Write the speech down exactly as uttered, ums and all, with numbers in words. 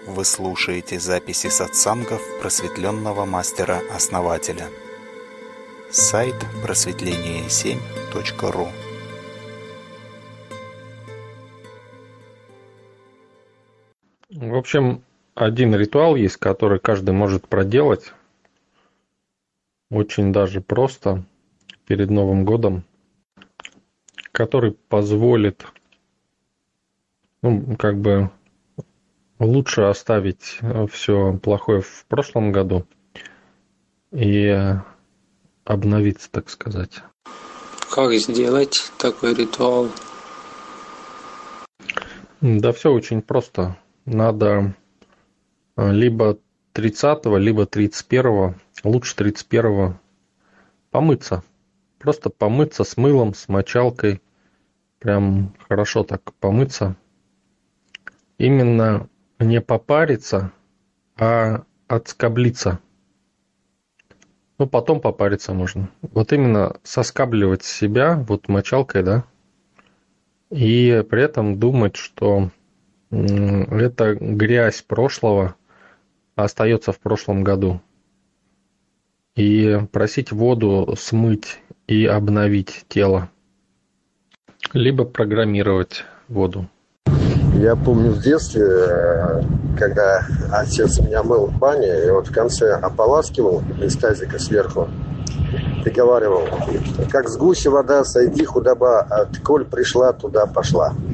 Вы слушаете записи сатсангов просветленного мастера-основателя. Сайт просветление семь точка ру. В общем, один ритуал есть, который каждый может проделать. Очень даже просто перед Новым годом, который позволит, ну, как бы лучше оставить все плохое в прошлом году и обновиться, так сказать. Как сделать такой ритуал? Да все очень просто. Надо либо тридцатого, либо тридцать первого, лучше тридцать первого, помыться. Просто помыться с мылом, с мочалкой. Прям хорошо так помыться. Именно не попариться, а отскоблиться. Ну, потом попариться можно. Вот именно соскабливать себя, вот мочалкой, да, и при этом думать, что эта грязь прошлого остается в прошлом году. И просить воду смыть и обновить тело. Либо программировать воду. Я помню в детстве, когда отец меня мыл в бане, и вот в конце ополаскивал из тазика сверху, приговаривал: как с гуси вода, сойди худоба, от коль пришла, туда пошла.